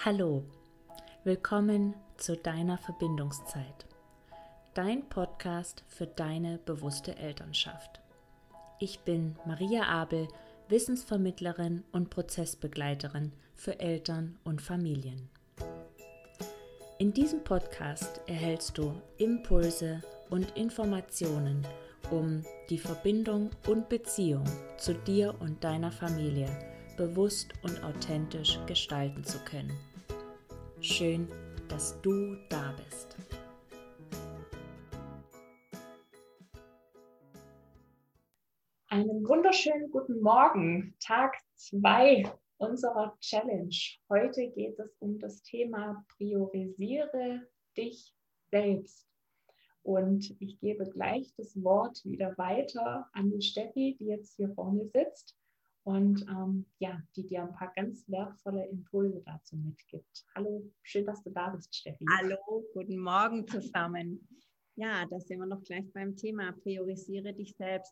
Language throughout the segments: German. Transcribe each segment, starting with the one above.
Hallo, willkommen zu deiner Verbindungszeit, dein Podcast für deine bewusste Elternschaft. Ich bin Maria Abel, Wissensvermittlerin und Prozessbegleiterin für Eltern und Familien. In diesem Podcast erhältst du Impulse und Informationen, um die Verbindung und Beziehung zu dir und deiner Familie bewusst und authentisch gestalten zu können. Schön, dass du da bist. Einen wunderschönen guten Morgen, Tag 2 unserer Challenge. Heute geht es um das Thema Priorisiere dich selbst. Und ich gebe gleich das Wort wieder weiter an die Steffi, die jetzt hier vorne sitzt und die dir ein paar ganz wertvolle Impulse dazu mitgibt. Hallo, schön, dass du da bist, Steffi. Hallo, guten Morgen zusammen. Ja, da sind wir noch gleich beim Thema Priorisiere dich selbst.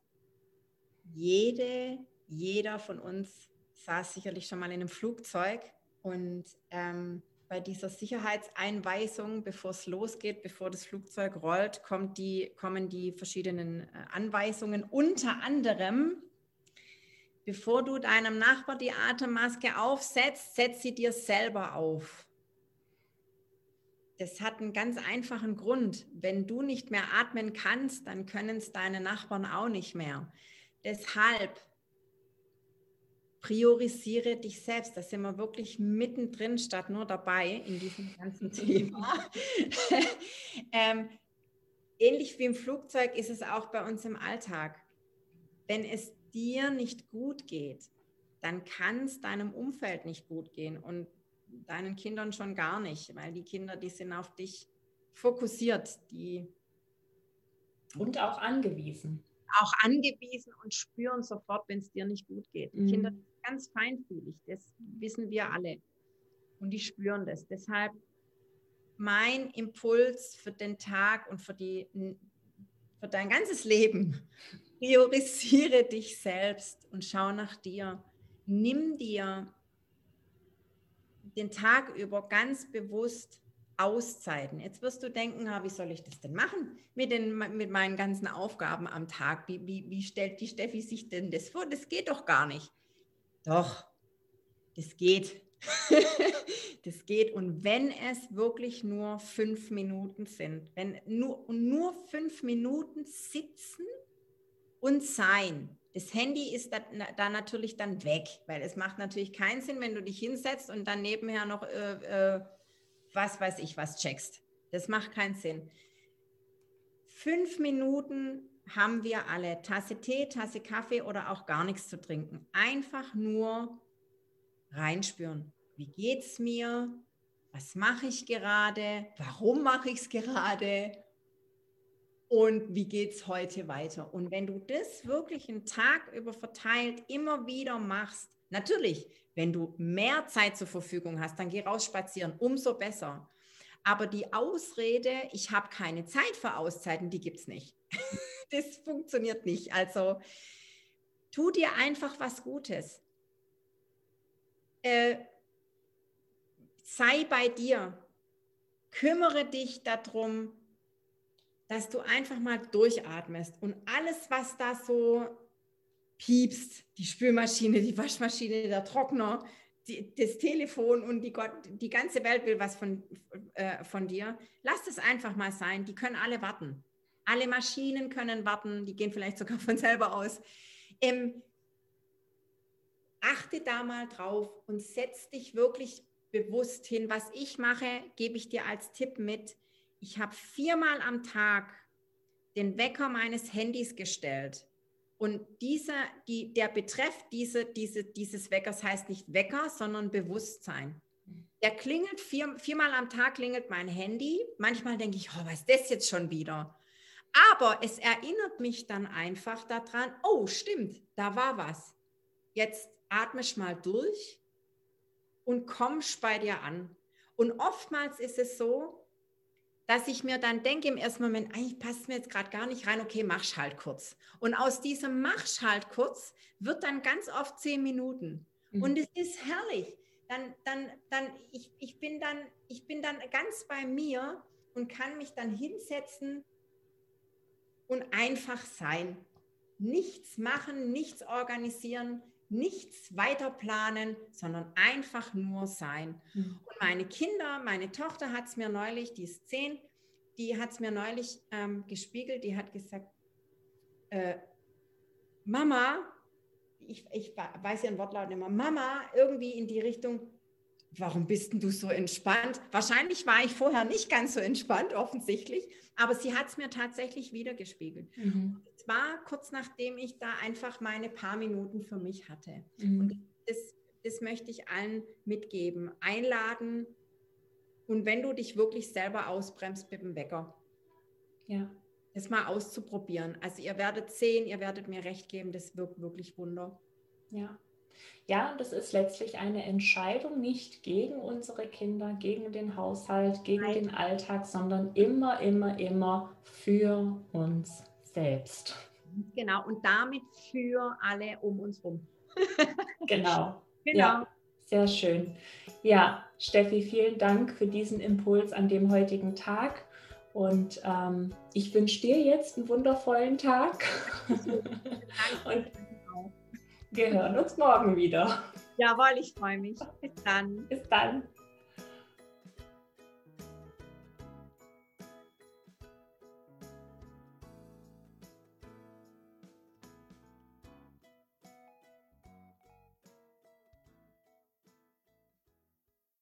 Jeder von uns saß sicherlich schon mal in einem Flugzeug und bei dieser Sicherheitseinweisung, bevor es losgeht, bevor das Flugzeug rollt, kommen die verschiedenen Anweisungen. Unter anderem, bevor du deinem Nachbar die Atemmaske aufsetzt, setz sie dir selber auf. Das hat einen ganz einfachen Grund. Wenn du nicht mehr atmen kannst, dann können es deine Nachbarn auch nicht mehr. Deshalb priorisiere dich selbst. Da sind wir wirklich mittendrin statt nur dabei in diesem ganzen Thema. Ähnlich wie im Flugzeug ist es auch bei uns im Alltag. Wenn es dir nicht gut geht, dann kann es deinem Umfeld nicht gut gehen und deinen Kindern schon gar nicht, weil die Kinder, die sind auf dich fokussiert, Und auch angewiesen. Auch angewiesen und spüren sofort, wenn es dir nicht gut geht. Die Kinder sind ganz feinfühlig, das wissen wir alle und die spüren das. Deshalb mein Impuls für den Tag und für dein ganzes Leben: Priorisiere dich selbst und schau nach dir. Nimm dir den Tag über ganz bewusst Auszeiten. Jetzt wirst du denken, wie soll ich das denn machen mit meinen ganzen Aufgaben am Tag? Wie stellt die Steffi sich denn das vor? Das geht doch gar nicht. Doch, das geht. Das geht. Und wenn es wirklich nur 5 Minuten sind, wenn nur 5 Minuten sitzen und sein. Das Handy ist da natürlich dann weg, weil es macht natürlich keinen Sinn, wenn du dich hinsetzt und dann nebenher noch was weiß ich was checkst. Das macht keinen Sinn. 5 Minuten haben wir alle. Tasse Tee, Tasse Kaffee oder auch gar nichts zu trinken. Einfach nur reinspüren. Wie geht's mir? Was mache ich gerade? Warum mache ich es gerade? Und wie geht es heute weiter? Und wenn du das wirklich einen Tag über verteilt immer wieder machst, natürlich, wenn du mehr Zeit zur Verfügung hast, dann geh raus spazieren, umso besser. Aber die Ausrede, ich habe keine Zeit für Auszeiten, die gibt es nicht. Das funktioniert nicht. Also tu dir einfach was Gutes. Sei bei dir. Kümmere dich darum, dass du einfach mal durchatmest und alles, was da so piepst, die Spülmaschine, die Waschmaschine, der Trockner, das Telefon und die ganze Welt will was von dir, lass es einfach mal sein, die können alle warten. Alle Maschinen können warten, die gehen vielleicht sogar von selber aus. Achte da mal drauf und setz dich wirklich bewusst hin. Was ich mache, gebe ich dir als Tipp mit. Ich habe 4-mal am Tag den Wecker meines Handys gestellt. Und der Betreff dieses Weckers heißt nicht Wecker, sondern Bewusstsein. Der klingelt 4-mal am Tag klingelt mein Handy. Manchmal denke ich, was ist das jetzt schon wieder? Aber es erinnert mich dann einfach daran, oh stimmt, da war was. Jetzt atme ich mal durch und kommst bei dir an. Und oftmals ist es so, dass ich mir dann denke im ersten Moment, eigentlich passt mir jetzt gerade gar nicht rein, okay, mach's halt kurz. Und aus diesem mach's halt kurz wird dann ganz oft 10 Minuten. Und es ist herrlich. ich bin dann ganz bei mir und kann mich dann hinsetzen und einfach sein. Nichts machen, nichts organisieren, nichts weiter planen, sondern einfach nur sein. Und meine Kinder, meine Tochter hat es mir neulich, die ist 10, die hat es mir neulich gespiegelt, die hat gesagt, Mama, ich weiß ihren Wortlaut nicht mehr, Mama, irgendwie in die Richtung, warum bist denn du so entspannt? Wahrscheinlich war ich vorher nicht ganz so entspannt, offensichtlich, aber sie hat es mir tatsächlich wiedergespiegelt. Es war kurz nachdem ich da einfach meine paar Minuten für mich hatte. Und das möchte ich allen mitgeben, einladen und wenn du dich wirklich selber ausbremst mit dem Wecker, das mal auszuprobieren. Also ihr werdet sehen, ihr werdet mir recht geben, das wirkt wirklich Wunder. Ja, und das ist letztlich eine Entscheidung, nicht gegen unsere Kinder, gegen den Haushalt, gegen den Alltag, sondern immer für uns selbst. Genau, und damit für alle um uns rum. Genau. Ja, sehr schön. Ja, Steffi, vielen Dank für diesen Impuls an dem heutigen Tag. Und ich wünsche dir jetzt einen wundervollen Tag. Und wir hören uns morgen wieder. Jawohl, ich freue mich. Bis dann. Bis dann.